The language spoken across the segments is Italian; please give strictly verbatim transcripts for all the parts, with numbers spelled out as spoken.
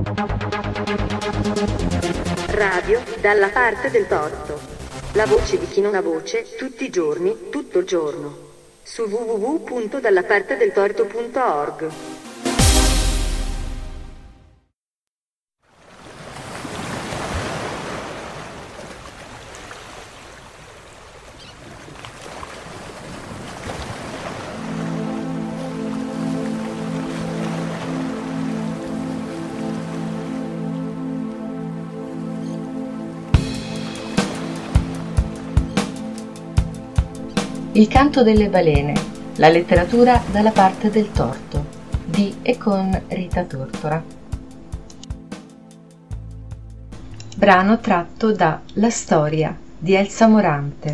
Radio dalla parte del torto. La voce di chi non ha voce, tutti i giorni, tutto il giorno. Su w w w punto dallapartedeltorto punto org. Il canto delle balene, la letteratura dalla parte del torto, di e con Rita Tortora. Brano tratto da La storia di Elsa Morante.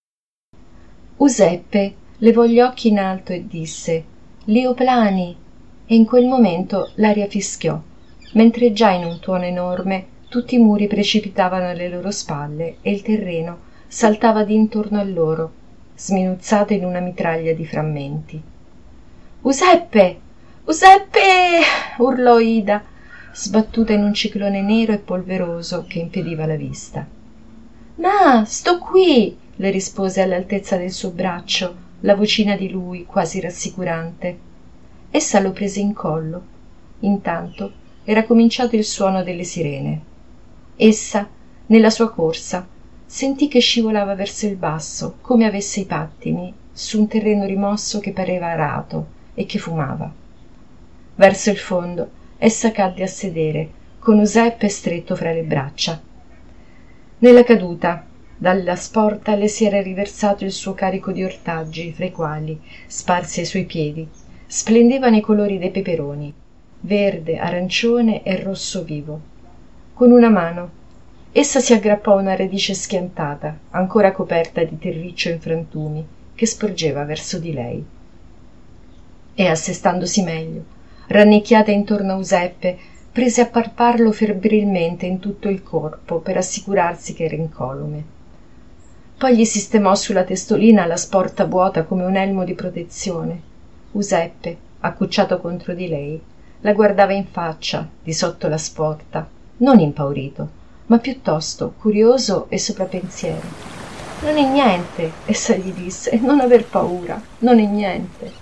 Useppe levò gli occhi in alto e disse: «Leoplani!» E in quel momento l'aria fischiò, mentre già in un tuono enorme tutti i muri precipitavano alle loro spalle e il terreno saltava d'intorno a loro, sminuzzato in una mitraglia di frammenti. «Useppe! Useppe!» urlò Ida, sbattuta in un ciclone nero e polveroso che impediva la vista. «Ma, sto qui!» le rispose all'altezza del suo braccio la vocina di lui, quasi rassicurante. Essa lo prese in collo. Intanto era cominciato il suono delle sirene. Essa, nella sua corsa, sentì che scivolava verso il basso, come avesse i pattini, su un terreno rimosso che pareva arato e che fumava. Verso il fondo essa cadde a sedere, con Useppe stretto fra le braccia. Nella caduta, dalla sporta le si era riversato il suo carico di ortaggi, fra i quali, sparsi ai suoi piedi, splendevano i colori dei peperoni, verde, arancione e rosso vivo. Con una mano essa si aggrappò a una radice schiantata, ancora coperta di terriccio in frantumi, che sporgeva verso di lei. E assestandosi meglio, rannicchiata intorno a Useppe, prese a palparlo febbrilmente in tutto il corpo per assicurarsi che era incolume. Poi gli sistemò sulla testolina la sporta vuota come un elmo di protezione. Useppe, accucciato contro di lei, la guardava in faccia, di sotto la sporta, non impaurito, ma piuttosto curioso e sopra pensiero. «Non è niente», essa gli disse, «non aver paura, non è niente».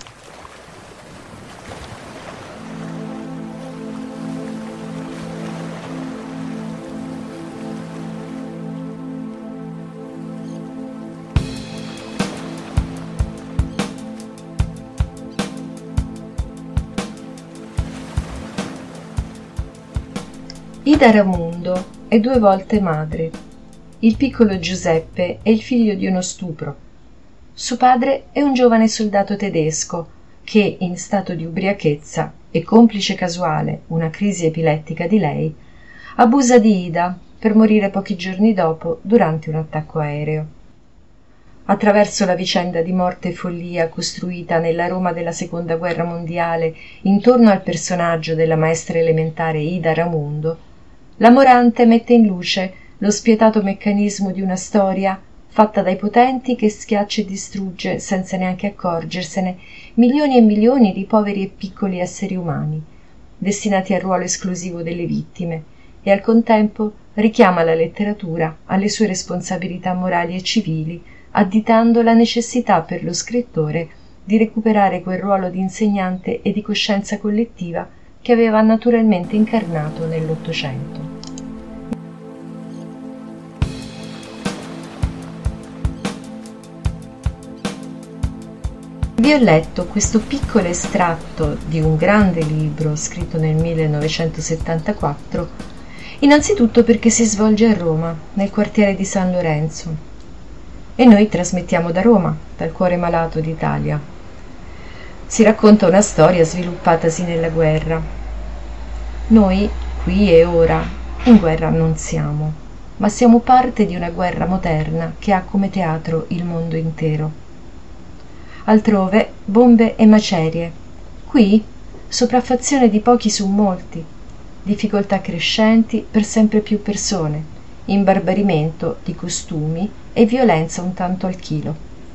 Ida Ramundo è due volte madre. Il piccolo Giuseppe è il figlio di uno stupro. Suo padre è un giovane soldato tedesco che, in stato di ubriachezza e complice casuale una crisi epilettica di lei, abusa di Ida per morire pochi giorni dopo durante un attacco aereo. Attraverso la vicenda di morte e follia costruita nella Roma della Seconda Guerra Mondiale intorno al personaggio della maestra elementare Ida Ramundo, la Morante mette in luce lo spietato meccanismo di una storia fatta dai potenti che schiaccia e distrugge, senza neanche accorgersene, milioni e milioni di poveri e piccoli esseri umani, destinati al ruolo esclusivo delle vittime, e al contempo richiama la letteratura alle sue responsabilità morali e civili, additando la necessità per lo scrittore di recuperare quel ruolo di insegnante e di coscienza collettiva che aveva naturalmente incarnato nell'Ottocento. Vi ho letto questo piccolo estratto di un grande libro scritto nel millenovecentosettantaquattro, innanzitutto perché si svolge a Roma, nel quartiere di San Lorenzo, e noi trasmettiamo da Roma, dal cuore malato d'Italia. Si racconta una storia sviluppatasi nella guerra. Noi, qui e ora, in guerra non siamo, ma siamo parte di una guerra moderna che ha come teatro il mondo intero. Altrove bombe e macerie, qui sopraffazione di pochi su molti, difficoltà crescenti per sempre più persone, imbarbarimento di costumi e violenza un tanto al chilo.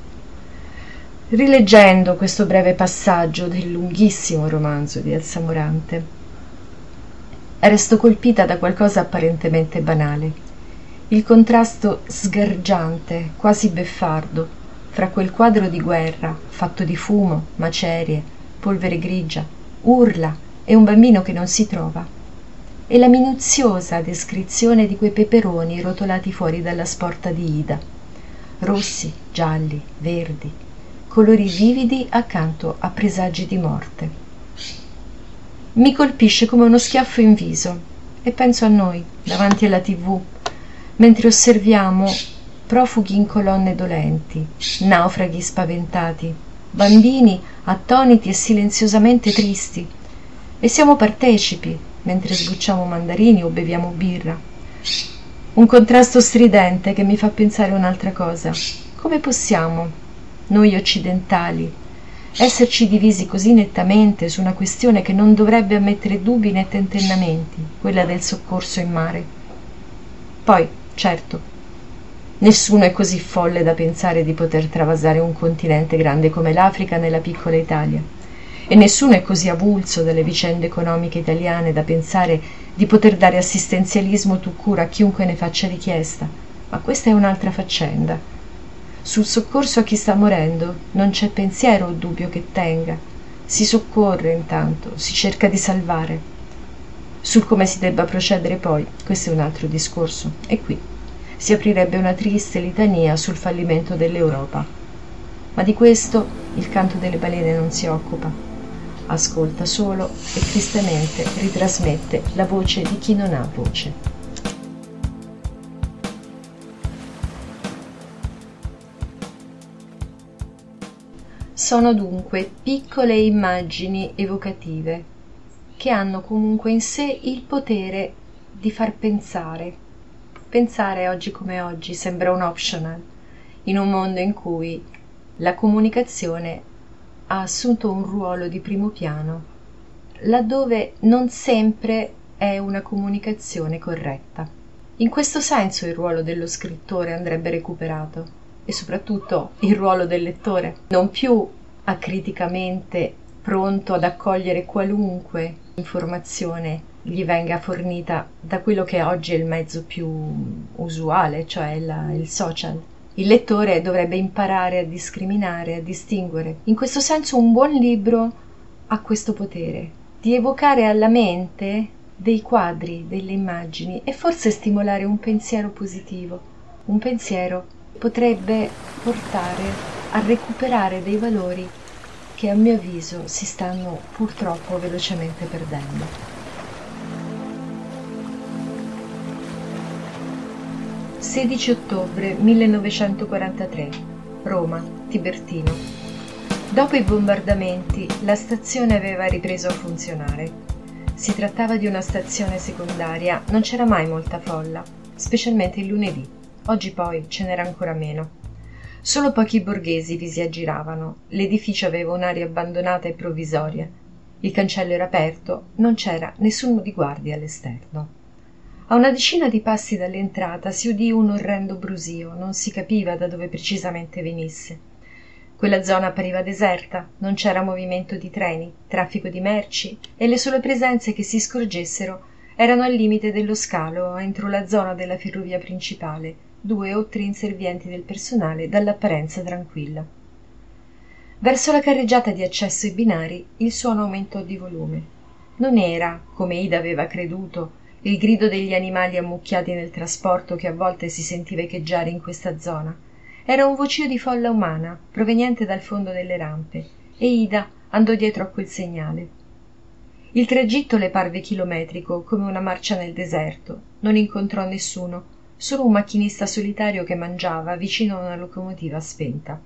Rileggendo questo breve passaggio del lunghissimo romanzo di Elsa Morante, resto colpita da qualcosa apparentemente banale. Il contrasto sgargiante, quasi beffardo, fra quel quadro di guerra fatto di fumo, macerie, polvere grigia, urla e un bambino che non si trova, e la minuziosa descrizione di quei peperoni rotolati fuori dalla sporta di Ida, rossi, gialli, verdi, colori vividi accanto a presagi di morte. Mi colpisce come uno schiaffo in viso e penso a noi, davanti alla tivù, mentre osserviamo profughi in colonne dolenti, naufraghi spaventati, bambini attoniti e silenziosamente tristi, e siamo partecipi mentre sbucciamo mandarini o beviamo birra. Un contrasto stridente che mi fa pensare un'altra cosa. Come possiamo, noi occidentali, esserci divisi così nettamente su una questione che non dovrebbe ammettere dubbi né tentennamenti, quella del soccorso in mare? Poi, certo, nessuno è così folle da pensare di poter travasare un continente grande come l'Africa nella piccola Italia, e nessuno è così avulso dalle vicende economiche italiane da pensare di poter dare assistenzialismo tout court a chiunque ne faccia richiesta, ma questa è un'altra faccenda. Sul soccorso a chi sta morendo non c'è pensiero o dubbio che tenga, si soccorre intanto, si cerca di salvare. Sul come si debba procedere poi, questo è un altro discorso, e qui si aprirebbe una triste litania sul fallimento dell'Europa. Ma di questo il canto delle balene non si occupa. Ascolta solo e tristemente ritrasmette la voce di chi non ha voce. Sono dunque piccole immagini evocative che hanno comunque in sé il potere di far pensare. Pensare oggi come oggi sembra un optional, in un mondo in cui la comunicazione ha assunto un ruolo di primo piano, laddove non sempre è una comunicazione corretta. In questo senso il ruolo dello scrittore andrebbe recuperato, e soprattutto il ruolo del lettore, non più acriticamente pronto ad accogliere qualunque informazione gli venga fornita da quello che oggi è il mezzo più usuale, cioè la, il social. Il lettore dovrebbe imparare a discriminare, a distinguere. In questo senso un buon libro ha questo potere di evocare alla mente dei quadri, delle immagini e forse stimolare un pensiero positivo. Un pensiero che potrebbe portare a recuperare dei valori che a mio avviso si stanno purtroppo velocemente perdendo. sedici ottobre millenovecentoquarantatré, Roma, Tibertino. Dopo i bombardamenti, la stazione aveva ripreso a funzionare. Si trattava di una stazione secondaria, non c'era mai molta folla, specialmente il lunedì. Oggi poi ce n'era ancora meno. Solo pochi borghesi vi si aggiravano, l'edificio aveva un'aria abbandonata e provvisoria. Il cancello era aperto, non c'era nessuno di guardia all'esterno. A una decina di passi dall'entrata si udì un orrendo brusio, non si capiva da dove precisamente venisse. Quella zona appariva deserta, non c'era movimento di treni, traffico di merci e le sole presenze che si scorgessero erano al limite dello scalo entro la zona della ferrovia principale, due o tre inservienti del personale dall'apparenza tranquilla. Verso la carreggiata di accesso ai binari il suono aumentò di volume. Non era, come Ida aveva creduto, il grido degli animali ammucchiati nel trasporto che a volte si sentiva echeggiare in questa zona. Era un vocio di folla umana, proveniente dal fondo delle rampe, e Ida andò dietro a quel segnale. Il tragitto le parve chilometrico, come una marcia nel deserto. Non incontrò nessuno, solo un macchinista solitario che mangiava vicino a una locomotiva spenta.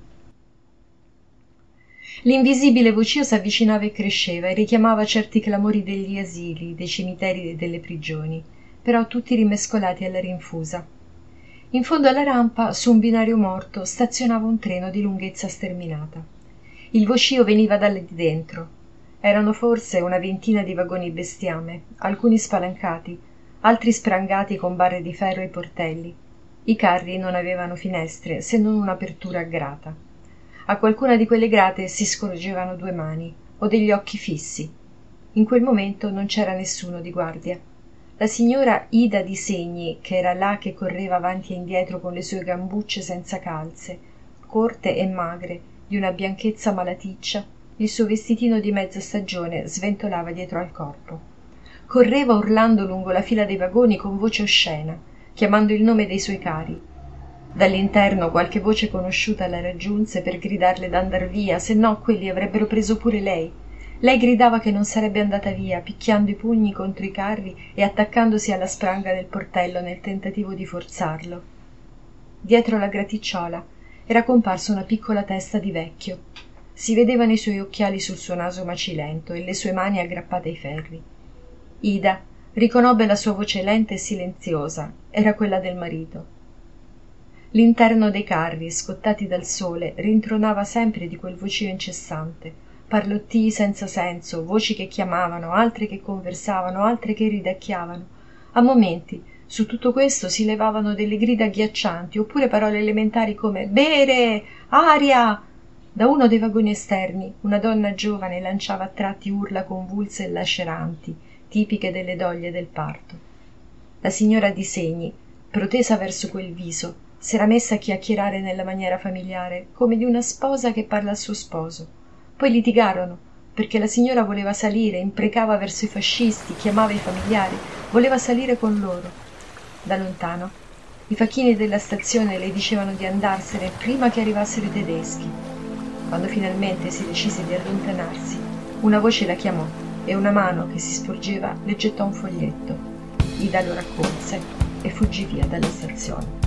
L'invisibile vocio s'avvicinava e cresceva e richiamava certi clamori degli asili, dei cimiteri e delle prigioni, però tutti rimescolati alla rinfusa. In fondo alla rampa, su un binario morto, stazionava un treno di lunghezza sterminata. Il vocio veniva da lì dentro. Erano forse una ventina di vagoni bestiame, alcuni spalancati, altri sprangati con barre di ferro ai portelli. I carri non avevano finestre, se non un'apertura a grata. A qualcuna di quelle grate si scorgevano due mani o degli occhi fissi. In quel momento non c'era nessuno di guardia. La signora Ida di Segni, che era là che correva avanti e indietro con le sue gambucce senza calze, corte e magre, di una bianchezza malaticcia, il suo vestitino di mezza stagione sventolava dietro al corpo. Correva urlando lungo la fila dei vagoni con voce oscena, chiamando il nome dei suoi cari. Dall'interno qualche voce conosciuta la raggiunse per gridarle d'andar via, se no quelli avrebbero preso pure lei. Lei gridava che non sarebbe andata via, picchiando i pugni contro i carri e attaccandosi alla spranga del portello nel tentativo di forzarlo. Dietro la graticciola era comparsa una piccola testa di vecchio. Si vedevano i suoi occhiali sul suo naso macilento e le sue mani aggrappate ai ferri. Ida riconobbe la sua voce lenta e silenziosa, era quella del marito. L'interno dei carri, scottati dal sole, rintronava sempre di quel vocio incessante, parlottii senza senso, voci che chiamavano, altre che conversavano, altre che ridacchiavano. A momenti, su tutto questo si levavano delle grida agghiaccianti, oppure parole elementari come «bere! Aria!». Da uno dei vagoni esterni una donna giovane lanciava a tratti urla convulse e laceranti, tipiche delle doglie del parto. La signora di Segni, protesa verso quel viso, s'era messa a chiacchierare nella maniera familiare, come di una sposa che parla al suo sposo. Poi litigarono, perché la signora voleva salire, imprecava verso i fascisti, chiamava i familiari, voleva salire con loro. Da lontano i facchini della stazione le dicevano di andarsene prima che arrivassero i tedeschi. Quando finalmente si decise di allontanarsi, una voce la chiamò e una mano che si sporgeva le gettò un foglietto. Ida lo raccolse e fuggì via dalla stazione.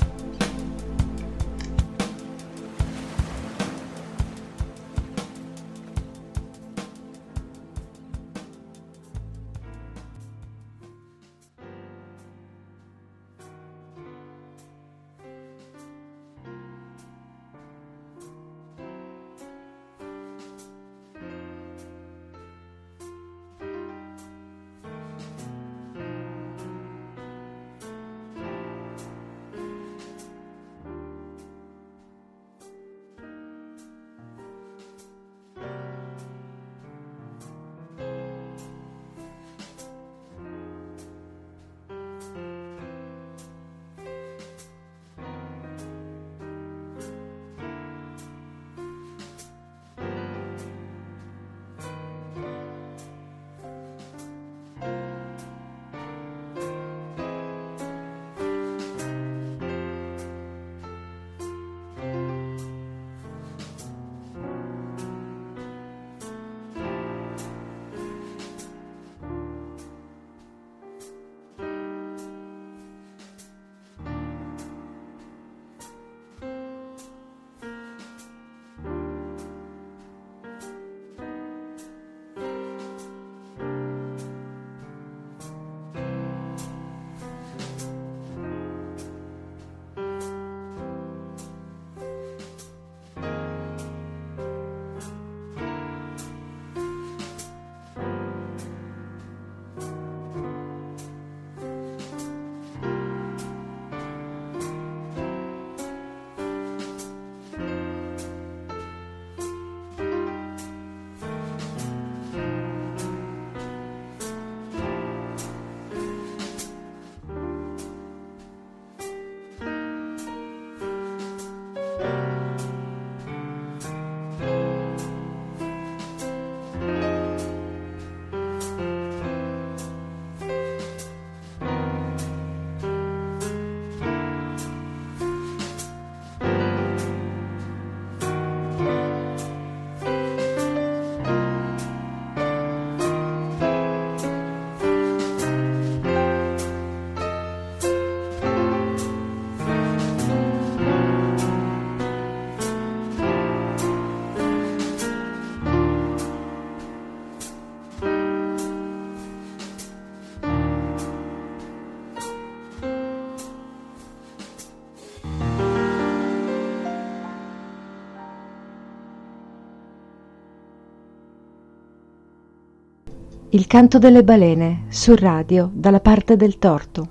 Il canto delle balene, su radio, dalla parte del torto.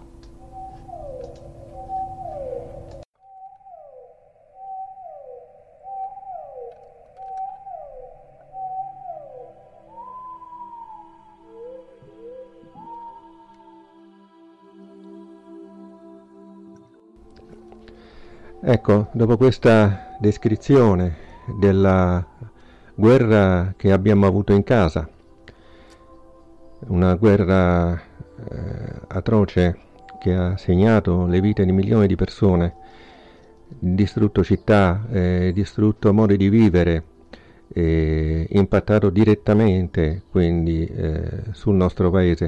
Ecco, dopo questa descrizione della guerra che abbiamo avuto in casa, una guerra eh, atroce che ha segnato le vite di milioni di persone, distrutto città, eh, distrutto modi di vivere, eh, impattato direttamente quindi eh, sul nostro paese.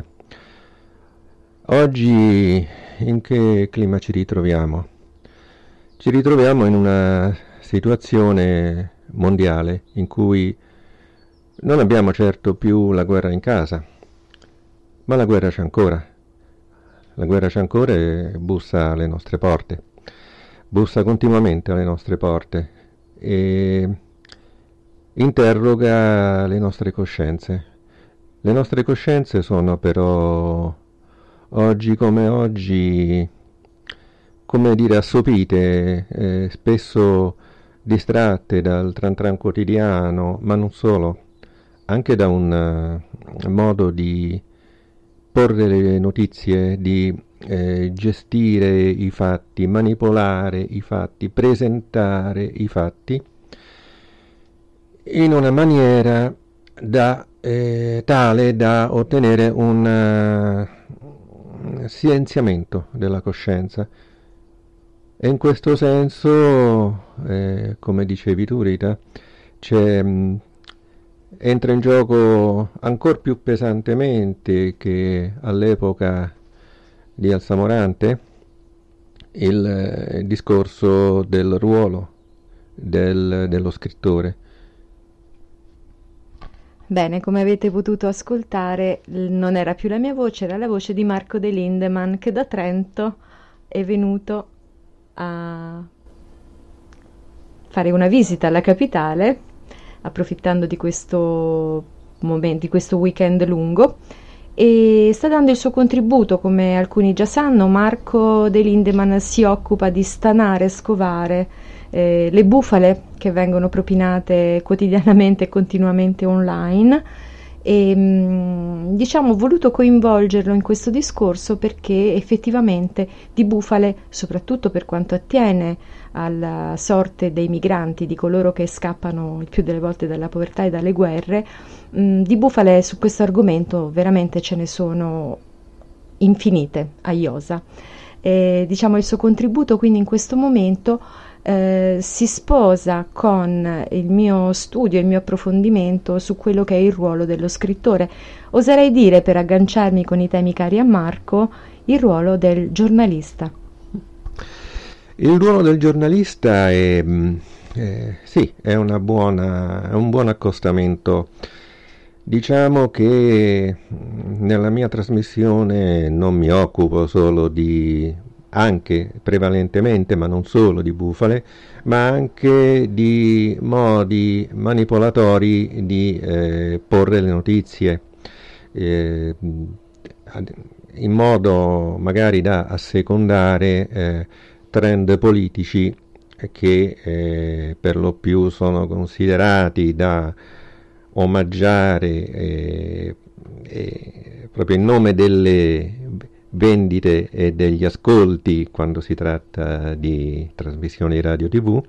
Oggi in che clima ci ritroviamo? Ci ritroviamo in una situazione mondiale in cui non abbiamo certo più la guerra in casa, ma la guerra c'è ancora. La guerra c'è ancora e bussa alle nostre porte, bussa continuamente alle nostre porte e interroga le nostre coscienze. Le nostre coscienze sono però oggi come oggi, come dire, assopite, eh, spesso distratte dal tran tran quotidiano, ma non solo, anche da un uh, modo di porre le notizie, di eh, gestire i fatti, manipolare i fatti, presentare i fatti in una maniera da, eh, tale da ottenere un uh, silenziamento della coscienza. E in questo senso, eh, come dicevi tu Rita, c'è, mh, entra in gioco ancora più pesantemente che all'epoca di Alsamorante il, eh, il discorso del ruolo del, dello scrittore. Bene, come avete potuto ascoltare, non era più la mia voce, era la voce di Marco De Lindemann, che da Trento è venuto a fare una visita alla capitale, approfittando di questo momento, di questo weekend lungo, e sta dando il suo contributo. Come alcuni già sanno, Marco De Lindemann si occupa di stanare e scovare eh, le bufale che vengono propinate quotidianamente e continuamente online. E mh, diciamo ho voluto coinvolgerlo in questo discorso perché effettivamente di bufale, soprattutto per quanto attiene alla sorte dei migranti, di coloro che scappano il più delle volte dalla povertà e dalle guerre, mh, di bufale su questo argomento veramente ce ne sono infinite a Iosa. E, diciamo il suo contributo quindi in questo momento Eh, si sposa con il mio studio, il mio approfondimento su quello che è il ruolo dello scrittore. Oserei dire, per agganciarmi con i temi cari a Marco, il ruolo del giornalista. Il ruolo del giornalista è, eh, sì, è, una buona, è un buon accostamento. Diciamo che nella mia trasmissione non mi occupo solo di, anche prevalentemente, ma non solo di bufale, ma anche di modi manipolatori di eh, porre le notizie, eh, in modo magari da assecondare eh, trend politici che eh, per lo più sono considerati da omaggiare eh, eh, proprio in nome delle vendite e degli ascolti quando si tratta di trasmissioni radio tivù,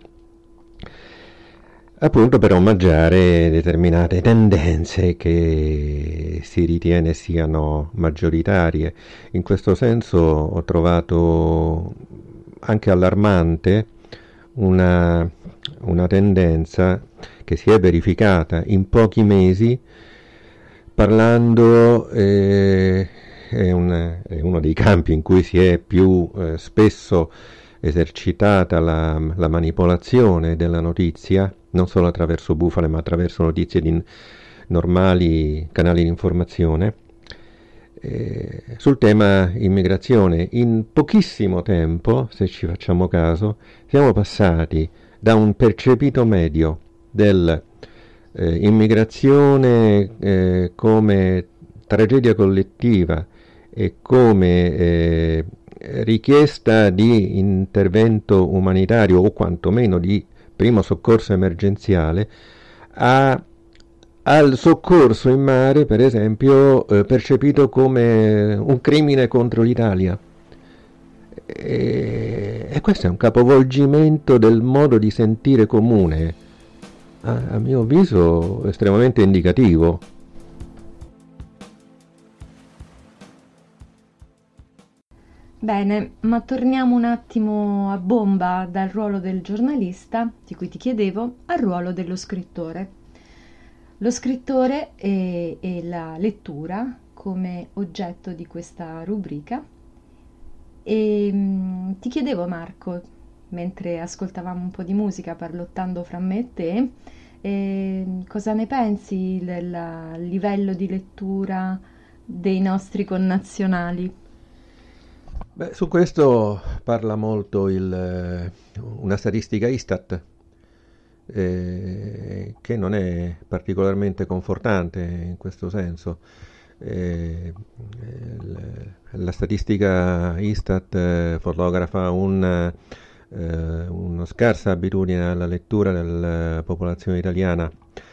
appunto per omaggiare determinate tendenze che si ritiene siano maggioritarie. In questo senso ho trovato anche allarmante una, una tendenza che si è verificata in pochi mesi, parlando eh, è, un, è uno dei campi in cui si è più eh, spesso esercitata la, la manipolazione della notizia, non solo attraverso bufale ma attraverso notizie di normali canali di informazione, eh, sul tema immigrazione. In pochissimo tempo, se ci facciamo caso, siamo passati da un percepito medio del eh, immigrazione eh, come tragedia collettiva e come eh, richiesta di intervento umanitario o quantomeno di primo soccorso emergenziale, a, al soccorso in mare, per esempio, eh, percepito come un crimine contro l'Italia. E, e questo è un capovolgimento del modo di sentire comune, a, a mio avviso estremamente indicativo. Bene, ma torniamo un attimo a bomba dal ruolo del giornalista, di cui ti chiedevo, al ruolo dello scrittore. Lo scrittore e, e la lettura come oggetto di questa rubrica. E mh, ti chiedevo, Marco, mentre ascoltavamo un po' di musica parlottando fra me e te, eh, cosa ne pensi del livello di lettura dei nostri connazionali? Beh, su questo parla molto il, eh, una statistica Istat, eh, che non è particolarmente confortante in questo senso. Eh, il- la statistica Istat eh, fotografa un, eh, una scarsa abitudine alla lettura della popolazione italiana,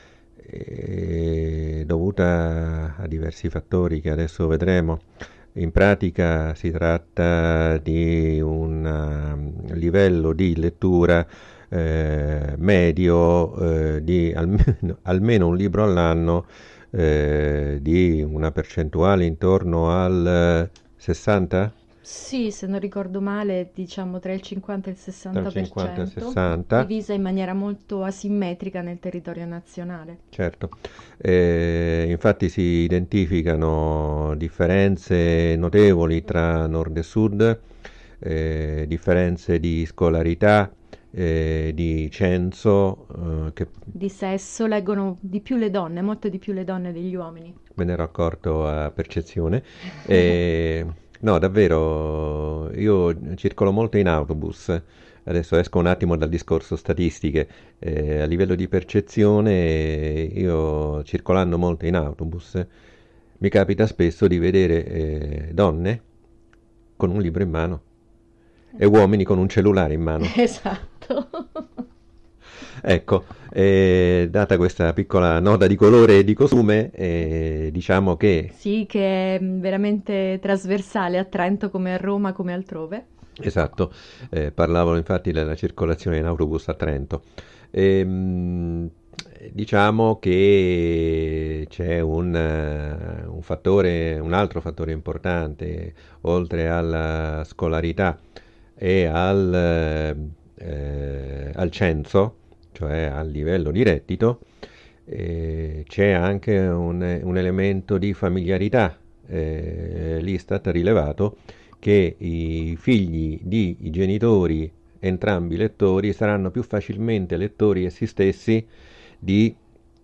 eh, dovuta a diversi fattori che adesso vedremo. In pratica si tratta di un um, livello di lettura eh, medio eh, di almeno, almeno un libro all'anno, eh, di una percentuale intorno al sessanta? Sì, se non ricordo male, diciamo tra il cinquanta e il Dal cinquanta al sessanta per cento, sessanta. divisa in maniera molto asimmetrica nel territorio nazionale. Certo. Eh, infatti si identificano differenze notevoli tra nord e sud, eh, differenze di scolarità, eh, di censo, eh, che Di sesso leggono di più le donne, molto di più le donne degli uomini. me ne ero accorto a percezione. Eh, no, davvero, io circolo molto in autobus. Adesso esco un attimo dal discorso statistiche. Eh, a livello di percezione, io circolando molto in autobus, mi capita spesso di vedere eh, donne con un libro in mano e uomini con un cellulare in mano. Esatto. Ecco, eh, data questa piccola nota di colore e di costume, eh, diciamo che Sì, che è mm, veramente trasversale a Trento come a Roma come altrove. esatto, eh, parlavano infatti della circolazione in autobus a Trento. Ehm, diciamo che c'è un, eh, un fattore, un altro fattore importante, oltre alla scolarità e al, eh, al censo, cioè al livello di reddito, eh, c'è anche un, un elemento di familiarità. Eh, L'Istat ha rilevato che i figli di i genitori entrambi lettori saranno più facilmente lettori essi stessi di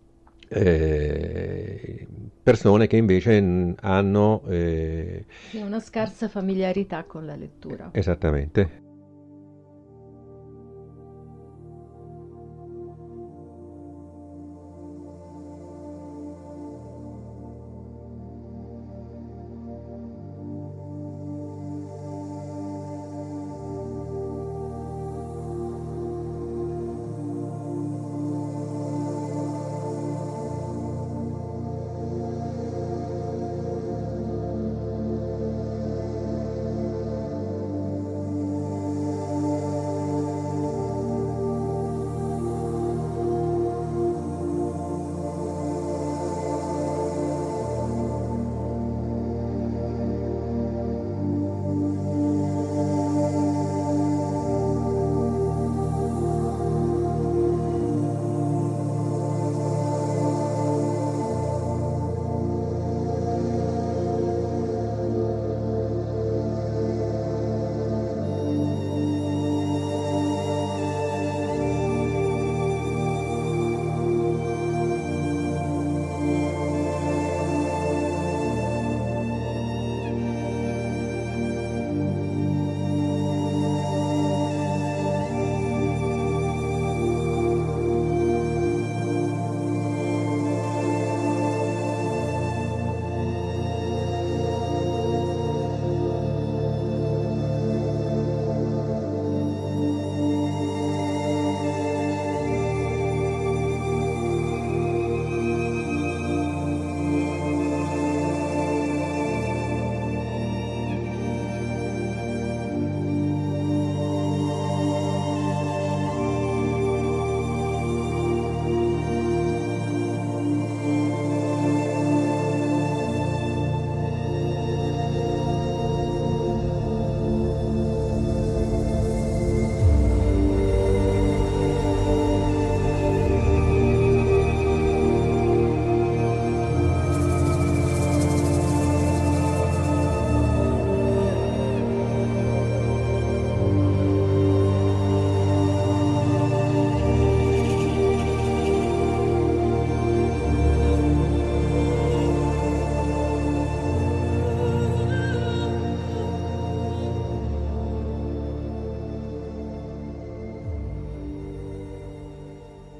eh, persone che invece mh, hanno eh, Sì, una scarsa familiarità con la lettura. esattamente.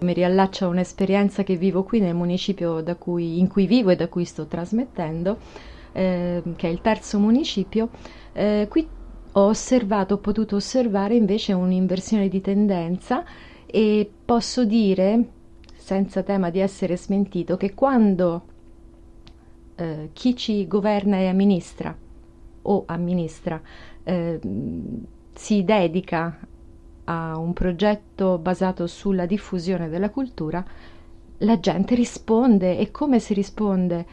Mi riallaccio a un'esperienza che vivo qui nel municipio da cui, in cui vivo e da cui sto trasmettendo, eh, che è il terzo municipio. Eh, qui ho osservato, ho potuto osservare invece un'inversione di tendenza e posso dire, senza tema di essere smentito, che quando eh, chi ci governa e amministra o amministra eh, si dedica a un progetto basato sulla diffusione della cultura, la gente risponde. E come si risponde?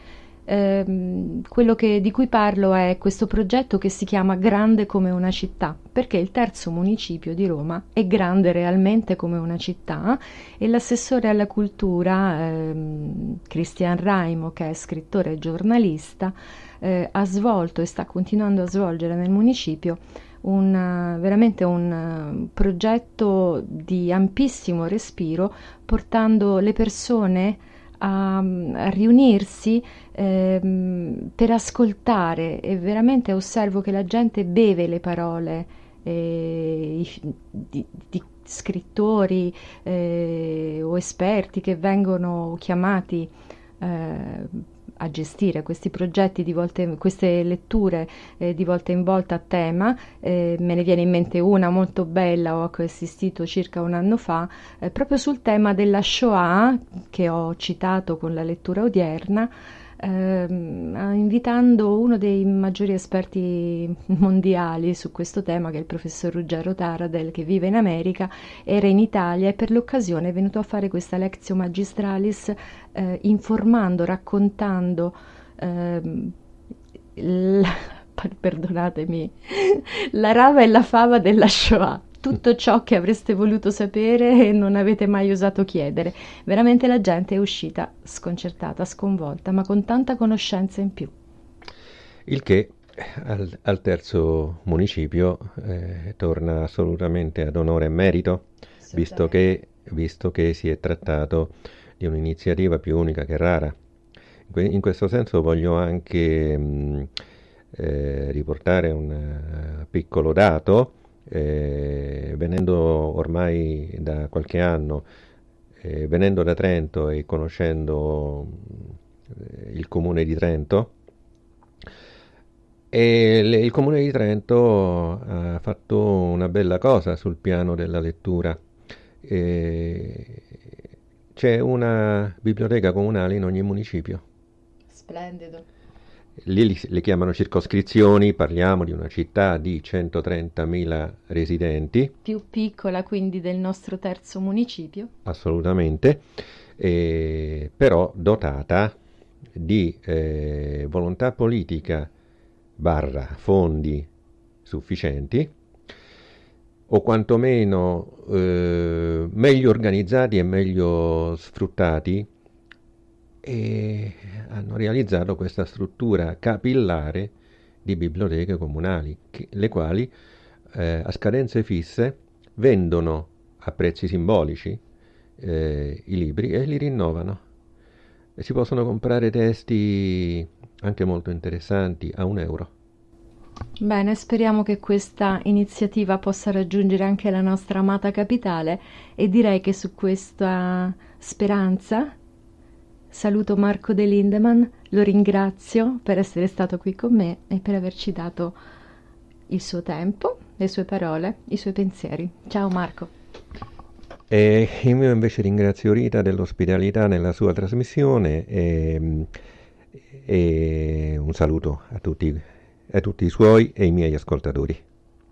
Eh, quello che, di cui parlo è questo progetto che si chiama Grande come una città, perché il terzo municipio di Roma è grande realmente come una città, e l'assessore alla cultura ehm, Cristian Raimo, che è scrittore e giornalista, eh, ha svolto e sta continuando a svolgere nel municipio un, veramente un uh, progetto di ampissimo respiro, portando le persone a, a riunirsi ehm, per ascoltare, e veramente osservo che la gente beve le parole eh, i, di, di scrittori eh, o esperti che vengono chiamati eh, a gestire questi progetti, di volte, queste letture eh, di volta in volta a tema. Eh, me ne viene in mente una molto bella, ho assistito circa un anno fa, eh, proprio sul tema della Shoah, che ho citato con la lettura odierna, ehm, invitando uno dei maggiori esperti mondiali su questo tema, che è il professor Ruggero Taradel, che vive in America, era in Italia e per l'occasione è venuto a fare questa lectio magistralis, eh, informando, raccontando ehm, l- perdonatemi la rava e la fava della Shoah, tutto ciò che avreste voluto sapere e non avete mai osato chiedere. Veramente la gente è uscita sconcertata, sconvolta, ma con tanta conoscenza in più. Il che al, al terzo municipio eh, torna assolutamente ad onore e merito, visto che, visto che si è trattato di un'iniziativa più unica che rara. In questo senso voglio anche mh, eh, riportare un uh, piccolo dato. Eh, venendo ormai da qualche anno, eh, venendo da Trento e conoscendo eh, il comune di Trento, e le, il comune di Trento ha fatto una bella cosa sul piano della lettura. Eh, c'è una biblioteca comunale in ogni municipio. Splendido. Lì le chiamano circoscrizioni, parliamo di una città di centotrentamila residenti. Più piccola quindi del nostro terzo municipio. Assolutamente, eh, però dotata di eh, volontà politica barra fondi sufficienti, o quantomeno eh, meglio organizzati e meglio sfruttati, e hanno realizzato questa struttura capillare di biblioteche comunali, che, le quali eh, a scadenze fisse vendono a prezzi simbolici eh, i libri e li rinnovano, e si possono comprare testi anche molto interessanti a un euro. Bene, speriamo che questa iniziativa possa raggiungere anche la nostra amata capitale, e direi che su questa speranza saluto Marco De Lindemann, lo ringrazio per essere stato qui con me e per averci dato il suo tempo, le sue parole, i suoi pensieri. Ciao Marco. E io invece ringrazio Rita dell'ospitalità nella sua trasmissione, e, e un saluto a tutti, a tutti i suoi e i miei ascoltatori.